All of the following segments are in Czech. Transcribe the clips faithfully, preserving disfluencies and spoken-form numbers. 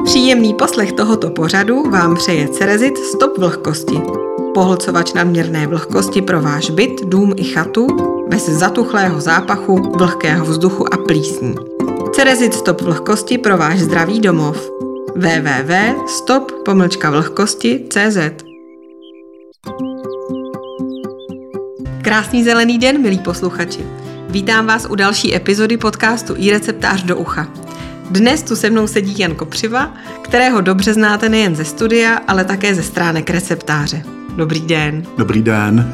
Příjemný poslech tohoto pořadu vám přeje Cerezit Stop vlhkosti. Pohlcovač nadměrné vlhkosti pro váš byt, dům i chatu bez zatuchlého zápachu, vlhkého vzduchu a plísní. Cerezit Stop vlhkosti pro váš zdravý domov. w w w tečka stop pomlčka vlhkosti tečka c z. Krásný zelený den, milí posluchači. Vítám vás u další epizody podcastu iReceptář do ucha. Dnes tu se mnou sedí Jan Kopřiva, kterého dobře znáte nejen ze studia, ale také ze stránek receptáře. Dobrý den. Dobrý den.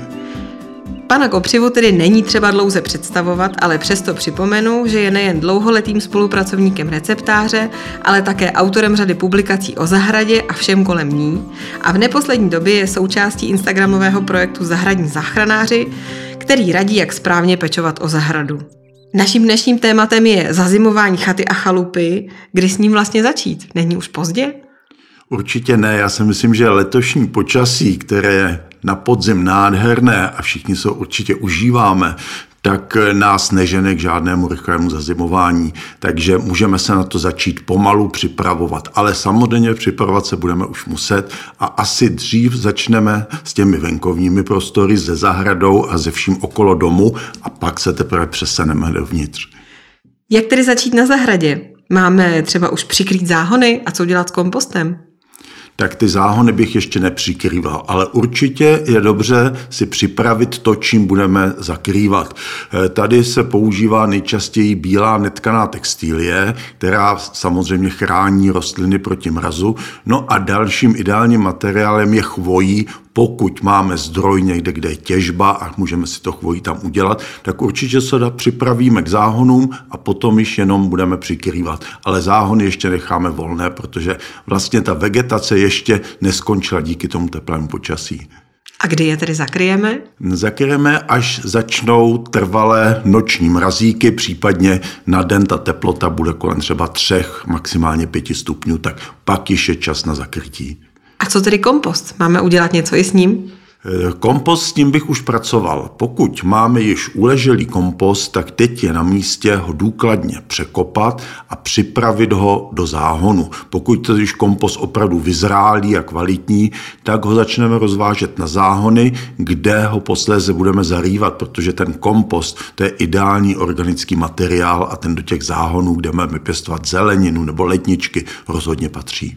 Pana Kopřivu tedy není třeba dlouze představovat, ale přesto připomenu, že je nejen dlouholetým spolupracovníkem receptáře, ale také autorem řady publikací o zahradě a všem kolem ní a v neposlední době je součástí instagramového projektu Zahradní záchranáři, který radí, jak správně pečovat o zahradu. Naším dnešním tématem je zazimování chaty a chalupy. Kdy s ním vlastně začít? Není už pozdě? Určitě ne, já si myslím, že letošní počasí, které je na podzim nádherné a všichni se určitě užíváme, tak nás nežene k žádnému rychlému zazimování, takže můžeme se na to začít pomalu připravovat. Ale samozřejmě připravovat se budeme už muset a asi dřív začneme s těmi venkovními prostory, se zahradou a se vším okolo domu a pak se teprve přeseneme dovnitř. Jak tedy začít na zahradě? Máme třeba už přikrýt záhony a co dělat s kompostem? Tak ty záhony bych ještě nepřikrýval, ale určitě je dobře si připravit to, čím budeme zakrývat. Tady se používá nejčastěji bílá netkaná textilie, která samozřejmě chrání rostliny proti mrazu. No a dalším ideálním materiálem je chvojí. Pokud máme zdroj někde, kde je těžba a můžeme si to chvojí tam udělat, tak určitě se připravíme k záhonům a potom již jenom budeme přikrývat. Ale záhony ještě necháme volné, protože vlastně ta vegetace ještě neskončila díky tomu teplému počasí. A kdy je tedy zakryjeme? Zakryjeme, až začnou trvalé noční mrazíky, případně na den ta teplota bude kolem třeba třech, maximálně pěti stupňů, tak pak již je čas na zakrytí. A co tedy kompost? Máme udělat něco i s ním? Kompost s tím bych už pracoval. Pokud máme již uleželý kompost, tak teď je na místě ho důkladně překopat a připravit ho do záhonu. Pokud to již kompost opravdu vyzrálý a kvalitní, tak ho začneme rozvážet na záhony, kde ho posléze budeme zarývat, protože ten kompost, to je ideální organický materiál a ten do těch záhonů, kde máme pěstovat zeleninu nebo ledničky, rozhodně patří.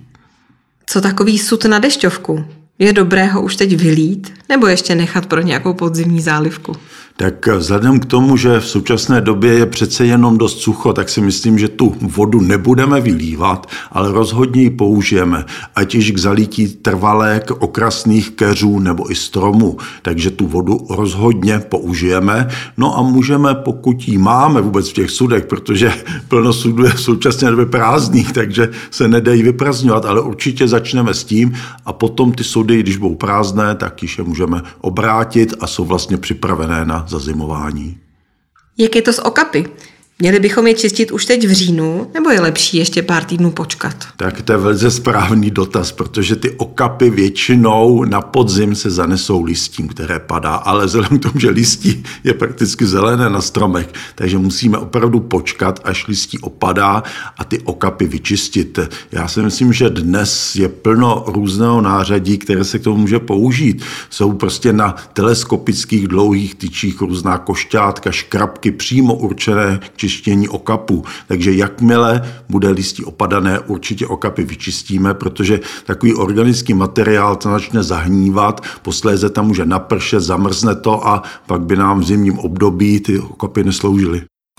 Co takový sud na dešťovku? Je dobré ho už teď vylít, nebo ještě nechat pro nějakou podzimní zálivku? Tak vzhledem k tomu, že v současné době je přece jenom dost sucho, tak si myslím, že tu vodu nebudeme vylívat, ale rozhodně ji použijeme, ať již k zalití trvalek, okrasných keřů nebo i stromů. Takže tu vodu rozhodně použijeme. No a můžeme, pokud ji máme vůbec v těch sudech, protože plno sudů je v současné době prázdných, takže se nedají vyprazňovat, ale určitě začneme s tím a potom ty sudy, když budou prázdné, tak již je můžeme obrátit a jsou vlastně připravené na zazimování. Jak je to s okapy? Měli bychom je čistit už teď v říjnu, nebo je lepší ještě pár týdnů počkat? Tak to je velice správný dotaz, protože ty okapy většinou na podzim se zanesou listím, které padá, ale vzhledem k tomu, že listí je prakticky zelené na stromech, takže musíme opravdu počkat, až listí opadá a ty okapy vyčistit. Já si myslím, že dnes je plno různého nářadí, které se k tomu může použít. Jsou prostě na teleskopických dlouhých tyčích různá košťátka, škrabky přímo určené k čištění okapů. Takže jakmile bude listí opadané, určitě okapy vyčistíme, protože takový organický materiál to začne zahnívat, posléze tam může napršet, zamrzne to a pak by nám v zimním období ty okapy nesloužily.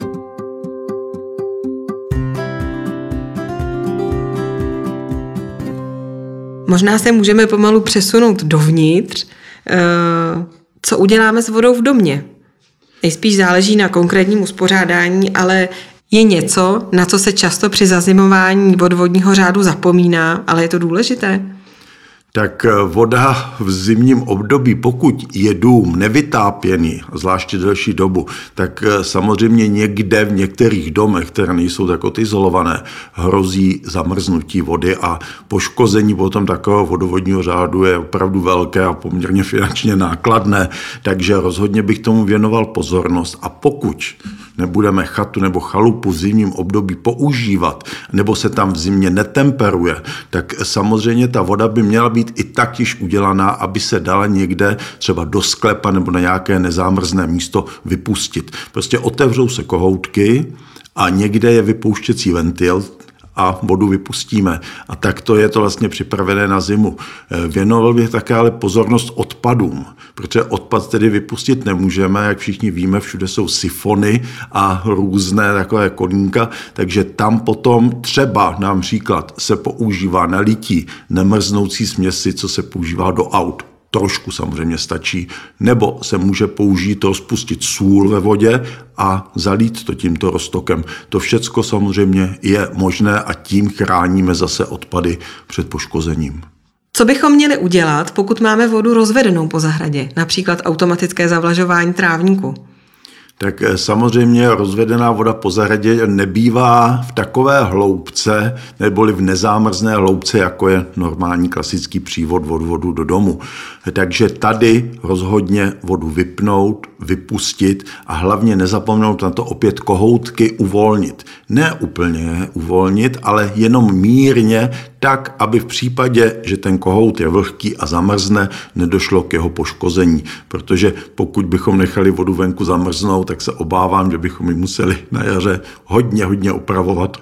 Možná se můžeme pomalu přesunout dovnitř. Co uděláme s vodou v domě? Nejspíš záleží na konkrétním uspořádání, ale je něco, na co se často při zazimování odvodního řádu zapomíná, ale je to důležité? Tak voda v zimním období, pokud je dům nevytápěný, zvláště delší dobu, tak samozřejmě někde v některých domech, které nejsou tak odizolované, hrozí zamrznutí vody a poškození potom takového vodovodního řádu je opravdu velké a poměrně finančně nákladné, takže rozhodně bych tomu věnoval pozornost. A pokud nebudeme chatu nebo chalupu v zimním období používat, nebo se tam v zimě netemperuje, tak samozřejmě ta voda by měla být i tak již udělaná, aby se dala někde třeba do sklepa nebo na nějaké nezámrzné místo vypustit. Prostě otevřou se kohoutky a někde je vypouštěcí ventil a vodu vypustíme. A tak to je to vlastně připravené na zimu. Věnoval bych také ale pozornost odpadům, protože odpad tedy vypustit nemůžeme, jak všichni víme, všude jsou sifony a různé takové kolínka, takže tam potom třeba například se používá na lití nemrznoucí směsi, co se používá do aut. Trošku samozřejmě stačí, nebo se může použít rozpustit sůl ve vodě a zalít to tímto roztokem. To všecko samozřejmě je možné a tím chráníme zase odpady před poškozením. Co bychom měli udělat, pokud máme vodu rozvedenou po zahradě, například automatické zavlažování trávníku? Tak samozřejmě rozvedená voda po zahradě nebývá v takové hloubce neboli v nezámrzné hloubce, jako je normální klasický přívod od vodu do domu. Takže tady rozhodně vodu vypnout, vypustit a hlavně nezapomenout na to opět kohoutky uvolnit. Ne úplně uvolnit, ale jenom mírně, tak, aby v případě, že ten kohout je vlhký a zamrzne, nedošlo k jeho poškození. Protože pokud bychom nechali vodu venku zamrznout, tak se obávám, že bychom ji museli na jaře hodně, hodně opravovat.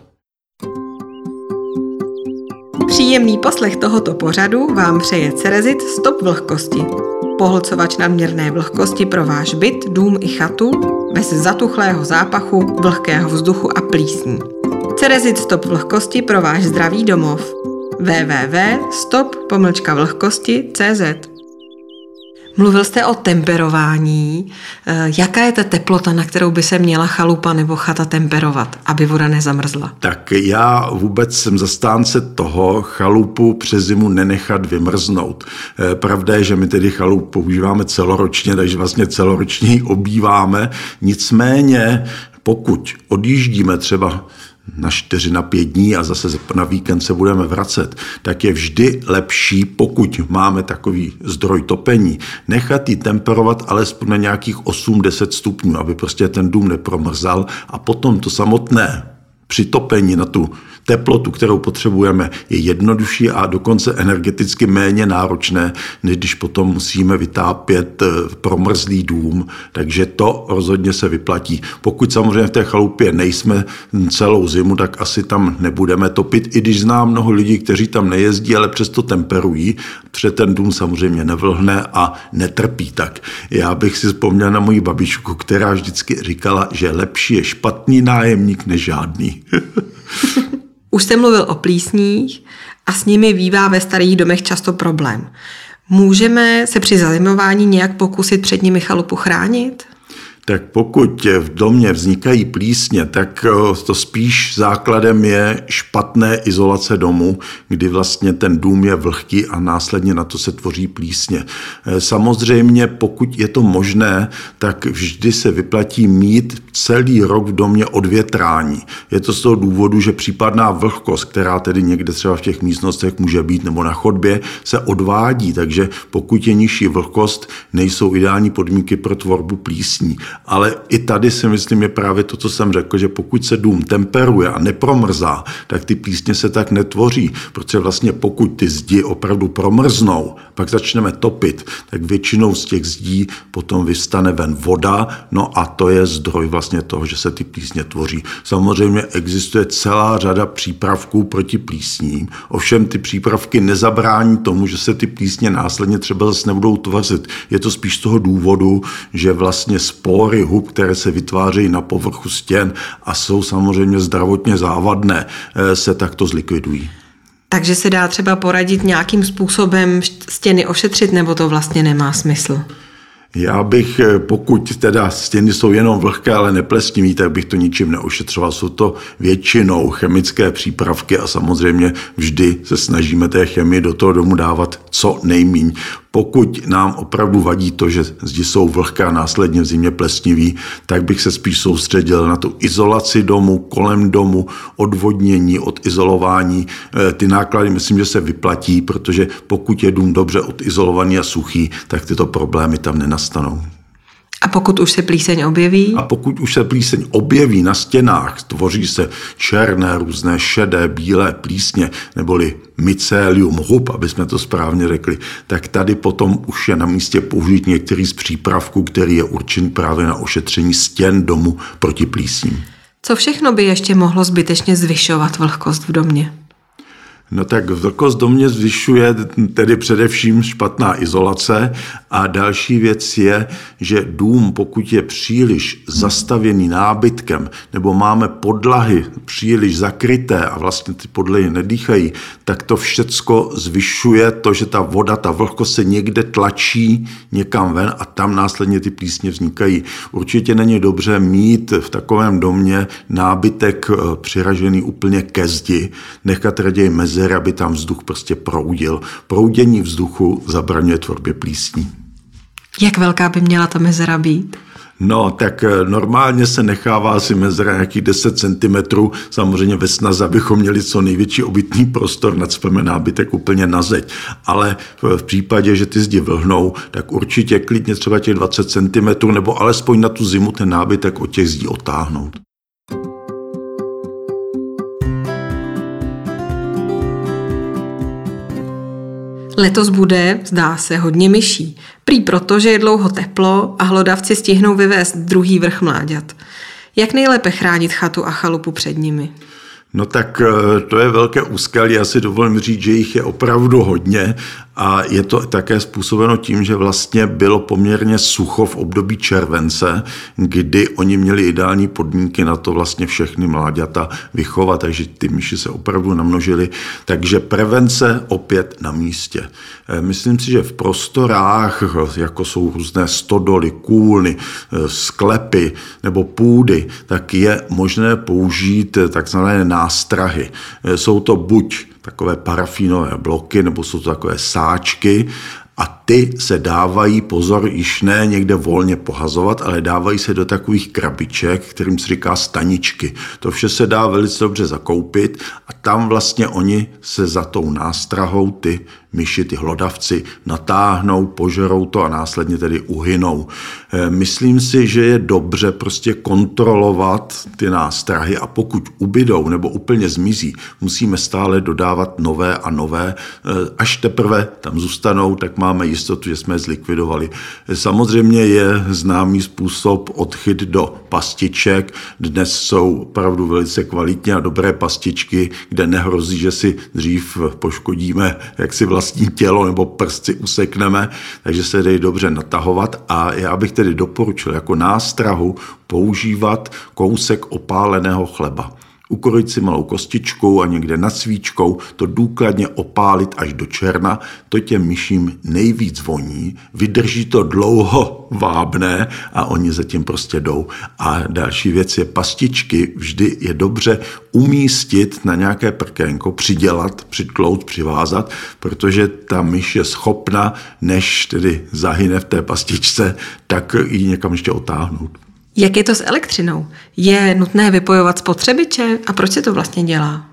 Příjemný poslech tohoto pořadu vám přeje Cerezit Stop vlhkosti. Pohlcovač nadměrné vlhkosti pro váš byt, dům i chatu, bez zatuchlého zápachu, vlhkého vzduchu a plísní. Cerezit Stop vlhkosti pro váš zdravý domov. w w w tečka stop pomlčka vlhkosti tečka cé zet. Mluvil jste o temperování. Jaká je ta teplota, na kterou by se měla chalupa nebo chata temperovat, aby voda nezamrzla? Tak já vůbec jsem zastánce toho chalupu přes zimu nenechat vymrznout. Pravda je, že my tedy chalupu používáme celoročně, takže vlastně celoročně ji obýváme. Nicméně, pokud odjíždíme třeba na čtyři, na pět dní a zase na víkend se budeme vracet, tak je vždy lepší, pokud máme takový zdroj topení, nechat ji temperovat alespoň na nějakých osm deset stupňů, aby prostě ten dům nepromrzal a potom to samotné přitopení na tu teplotu, kterou potřebujeme, je jednodušší a dokonce energeticky méně náročné, než když potom musíme vytápět promrzlý dům, takže to rozhodně se vyplatí. Pokud samozřejmě v té chalupě nejsme celou zimu, tak asi tam nebudeme topit, i když znám mnoho lidí, kteří tam nejezdí, ale přesto temperují, protože ten dům samozřejmě nevlhne a netrpí tak. Já bych si vzpomněl na moji babičku, která vždycky říkala, že lepší je špatný nájemník než žádný. Už jste mluvil o plísních a s nimi bývá ve starých domech často problém. Můžeme se při zazimování nějak pokusit před nimi chalupu chránit? Tak pokud v domě vznikají plísně, tak to spíš základem je špatné izolace domu, kdy vlastně ten dům je vlhký a následně na to se tvoří plísně. Samozřejmě, pokud je to možné, tak vždy se vyplatí mít celý rok v domě odvětrání. Je to z toho důvodu, že případná vlhkost, která tedy někde třeba v těch místnostech může být nebo na chodbě, se odvádí, takže pokud je nižší vlhkost, nejsou ideální podmínky pro tvorbu plísní. Ale i tady si myslím, je právě to, co jsem řekl, že pokud se dům temperuje a nepromrzá, tak ty plísně se tak netvoří, protože vlastně pokud ty zdi opravdu promrznou, pak začneme topit, tak většinou z těch zdí potom vyvstane ven voda, no a to je zdroj vlastně toho, že se ty plísně tvoří. Samozřejmě existuje celá řada přípravků proti plísním, ovšem ty přípravky nezabrání tomu, že se ty plísně následně třeba zase nebudou tvořit. Je to spíš z toho důvodu, že vlastně spor hub, které se vytvářejí na povrchu stěn a jsou samozřejmě zdravotně závadné, se takto zlikvidují. Takže se dá třeba poradit nějakým způsobem stěny ošetřit, nebo to vlastně nemá smysl? Já bych, pokud teda stěny jsou jenom vlhké, ale neplesnivé, tak bych to ničím neošetřoval. Jsou to většinou chemické přípravky a samozřejmě vždy se snažíme té chemii do toho domu dávat co nejmíň. Pokud nám opravdu vadí to, že zdi jsou vlhké a následně v zimě plesniví, tak bych se spíš soustředil na tu izolaci domu, kolem domu, odvodnění, odizolování. Ty náklady myslím, že se vyplatí, protože pokud je dům dobře odizolovaný a suchý, tak tyto problémy tam nenastanou. A pokud už se plíseň objeví? A pokud už se plíseň objeví na stěnách, tvoří se černé, různé šedé, bílé plísně, neboli mycelium hub, aby jsme to správně řekli, tak tady potom už je na místě použít některý z přípravků, který je určen právě na ošetření stěn domu proti plísním. Co všechno by ještě mohlo zbytečně zvyšovat vlhkost v domě? No tak vlhkost domě zvyšuje tedy především špatná izolace a další věc je, že dům, pokud je příliš zastavěný nábytkem nebo máme podlahy příliš zakryté a vlastně ty podlahy nedýchají, tak to všecko zvyšuje to, že ta voda, ta vlhkost se někde tlačí někam ven a tam následně ty plísně vznikají. Určitě není dobře mít v takovém domě nábytek přiražený úplně ke zdi, nechat raději mezery, aby tam vzduch prostě proudil. Proudění vzduchu zabraňuje tvorbě plísní. Jak velká by měla ta mezera být? No, tak normálně se nechává asi mezera nějakých deset centimetrů, samozřejmě ve snaze, abychom měli co největší obytný prostor, nacpeme nábytek úplně na zeď. Ale v případě, že ty zdi vlhnou, tak určitě klidně třeba těch dvacet centimetrů, nebo alespoň na tu zimu ten nábytek od těch zdí otáhnout. Letos bude, zdá se, hodně myší. Prý proto, že je dlouho teplo a hlodavci stihnou vyvést druhý vrch mláďat. Jak nejlépe chránit chatu a chalupu před nimi? No tak to je velké úskalí, já si dovolím říct, že jich je opravdu hodně a je to také způsobeno tím, že vlastně bylo poměrně sucho v období července, kdy oni měli ideální podmínky na to vlastně všechny mláďata vychovat, takže ty myši se opravdu namnožily, takže prevence opět na místě. Myslím si, že v prostorách, jako jsou různé stodoly, kůlny, sklepy nebo půdy, tak je možné použít takzvané nástrahy. Jsou to buď takové parafínové bloky, nebo jsou to takové sáčky a ty se dávají, pozor, již ne někde volně pohazovat, ale dávají se do takových krabiček, kterým se říká staničky. To vše se dá velice dobře zakoupit a tam vlastně oni se za tou nástrahou ty myši, ty hlodavci natáhnou, požerou to a následně tedy uhynou. Myslím si, že je dobře prostě kontrolovat ty nástrahy a pokud ubydou nebo úplně zmizí, musíme stále dodávat nové a nové. Až teprve tam zůstanou, tak máme jistotu, že jsme je zlikvidovali. Samozřejmě je známý způsob odchyt do pastiček. Dnes jsou opravdu velice kvalitní a dobré pastičky, kde nehrozí, že si dřív poškodíme jaksi vlastní tělo nebo prsty usekneme, takže se dají dobře natahovat a já bych tedy doporučil jako nástrahu používat kousek opáleného chleba. Ukrojit si malou kostičkou a někde nad svíčkou to důkladně opálit až do černa, to těm myším nejvíc voní, vydrží to dlouho vábné a oni zatím prostě jdou. A další věc je pastičky, vždy je dobře umístit na nějaké prkénko, přidělat, přitlout, přivázat, protože ta myš je schopna, než tedy zahyne v té pastičce, tak ji někam ještě otáhnout. Jak je to s elektřinou? Je nutné vypojovat spotřebiče a proč se to vlastně dělá?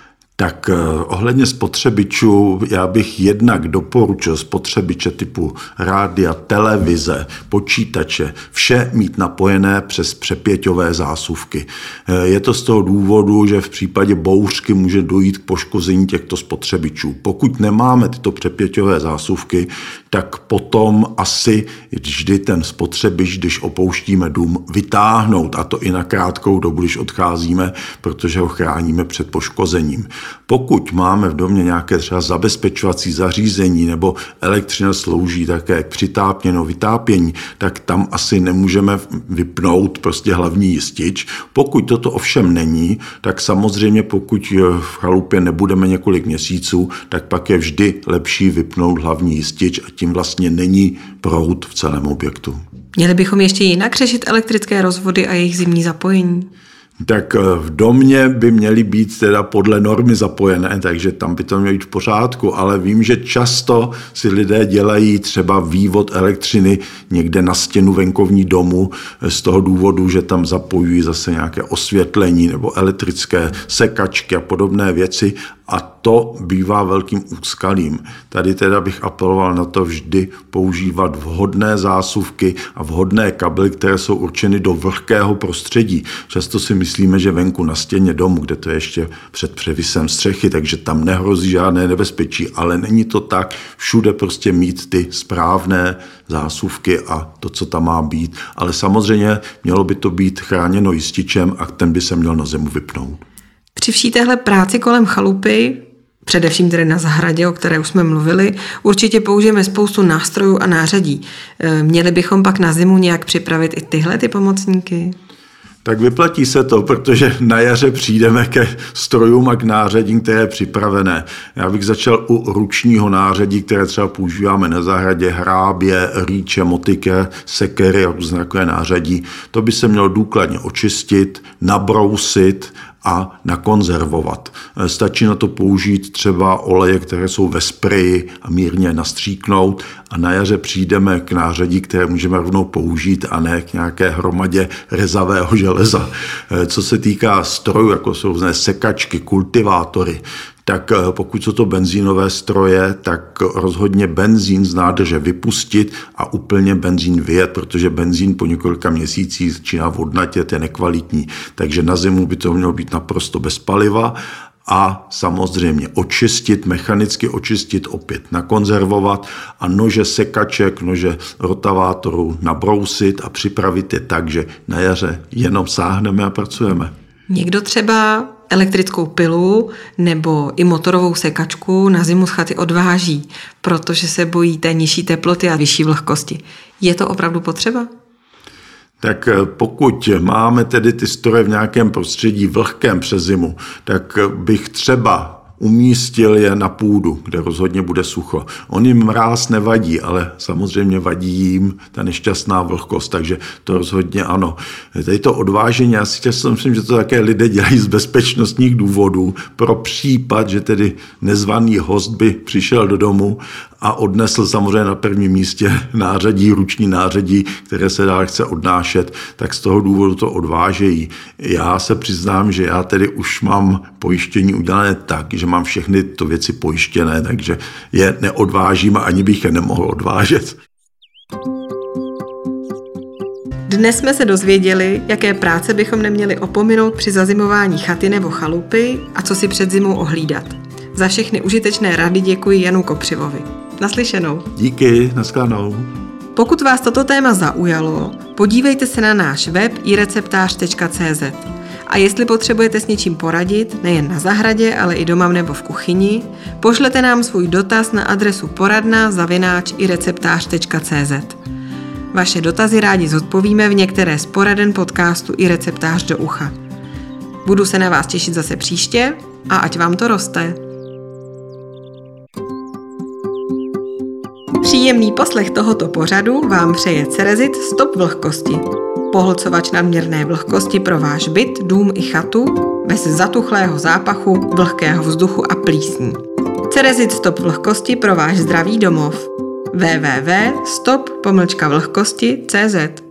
Tak ohledně spotřebičů já bych jednak doporučil spotřebiče typu rádia, televize, počítače, vše mít napojené přes přepěťové zásuvky. Je to z toho důvodu, že v případě bouřky může dojít k poškození těchto spotřebičů. Pokud nemáme tyto přepěťové zásuvky, tak potom asi vždy ten spotřebič, když opouštíme dům, vytáhnout, a to i na krátkou dobu, když odcházíme, protože ho chráníme před poškozením. Pokud máme v domě nějaké třeba zabezpečovací zařízení nebo elektřina slouží také k přitápění, vytápění, tak tam asi nemůžeme vypnout prostě hlavní jistič. Pokud toto ovšem není, tak samozřejmě pokud v chalupě nebudeme několik měsíců, tak pak je vždy lepší vypnout hlavní jistič a tím vlastně není proud v celém objektu. Měli bychom ještě jinak řešit elektrické rozvody a jejich zimní zapojení? Tak v domě by měly být teda podle normy zapojené, takže tam by to mělo být v pořádku, ale vím, že často si lidé dělají třeba vývod elektřiny někde na stěnu venkovní domu z toho důvodu, že tam zapojují zase nějaké osvětlení nebo elektrické sekačky a podobné věci a to bývá velkým úskalím. Tady teda bych apeloval na to vždy používat vhodné zásuvky a vhodné kabely, které jsou určeny do vlhkého prostředí. Často si myslíme, že venku na stěně domu, kde to je ještě před převisem střechy, takže tam nehrozí žádné nebezpečí, ale není to tak. Všude prostě mít ty správné zásuvky a to, co tam má být. Ale samozřejmě mělo by to být chráněno jističem a ten by se měl na zimu vypnout. Při vší téhle práci kolem chalupy, především tedy na zahradě, o které už jsme mluvili, určitě použijeme spoustu nástrojů a nářadí. Měli bychom pak na zimu nějak připravit i tyhle ty pomocníky? Tak vyplatí se to, protože na jaře přijdeme ke strojům a k nářadím, které je připravené. Já bych začal u ručního nářadí, které třeba používáme na zahradě, hrábě, rýče, motyke, sekery a různé takové nářadí. To by se mělo důkladně očistit, nabrousit a nakonzervovat. Stačí na to použít třeba oleje, které jsou ve spreji a mírně nastříknout a na jaře přijdeme k nářadí, které můžeme rovnou použít a ne k nějaké hromadě rezavého železa. Co se týká strojů, jako jsou různé sekačky, kultivátory, tak pokud jsou to benzínové stroje, tak rozhodně benzín z nádrže vypustit a úplně benzín vyjet, protože benzín po několika měsících začíná vodnatět, je nekvalitní. Takže na zimu by to mělo být naprosto bez paliva a samozřejmě očistit, mechanicky očistit, opět nakonzervovat a nože sekaček, nože rotavátorů nabrousit a připravit je tak, že na jaře jenom sáhneme a pracujeme. Někdo třeba elektrickou pilu nebo i motorovou sekačku na zimu z chaty odváží, protože se bojí té nižší teploty a vyšší vlhkosti. Je to opravdu potřeba? Tak pokud máme tedy ty stroje v nějakém prostředí vlhkém přes zimu, tak bych třeba umístil je na půdu, kde rozhodně bude sucho. On jim mráz nevadí, ale samozřejmě vadí jim ta nešťastná vlhkost, takže to rozhodně ano. Tady to odvážení, já si často myslím, že to také lidé dělají z bezpečnostních důvodů, pro případ, že tedy nezvaný host by přišel do domu a odnesl samozřejmě na prvním místě nářadí, ruční nářadí, které se dál chce odnášet, tak z toho důvodu to odvážejí. Já se přiznám, že já tedy už mám pojištění udělané tak, že mám všechny to věci pojištěné, takže je neodvážím a ani bych je nemohl odvážet. Dnes jsme se dozvěděli, jaké práce bychom neměli opominout při zazimování chaty nebo chalupy a co si před zimou ohlídat. Za všechny užitečné rady děkuji Janu Kopřivovi. Naslyšenou. Díky, nashledanou. Pokud vás toto téma zaujalo, podívejte se na náš web i receptář tečka cé zet. A jestli potřebujete s něčím poradit, nejen na zahradě, ale i doma nebo v kuchyni, pošlete nám svůj dotaz na adresu poradna zavináč i receptář tečka cé zet. Vaše dotazy rádi zodpovíme v některé z poraden podcastu i receptář do ucha. Budu se na vás těšit zase příště a ať vám to roste. Příjemný poslech tohoto pořadu vám přeje Cerezit Stop vlhkosti. Pohlcovač nadměrné vlhkosti pro váš byt, dům i chatu, bez zatuchlého zápachu, vlhkého vzduchu a plísní. Cerezit Stop vlhkosti pro váš zdravý domov. w w w tečka stop pomlčka vlhkosti tečka cé zet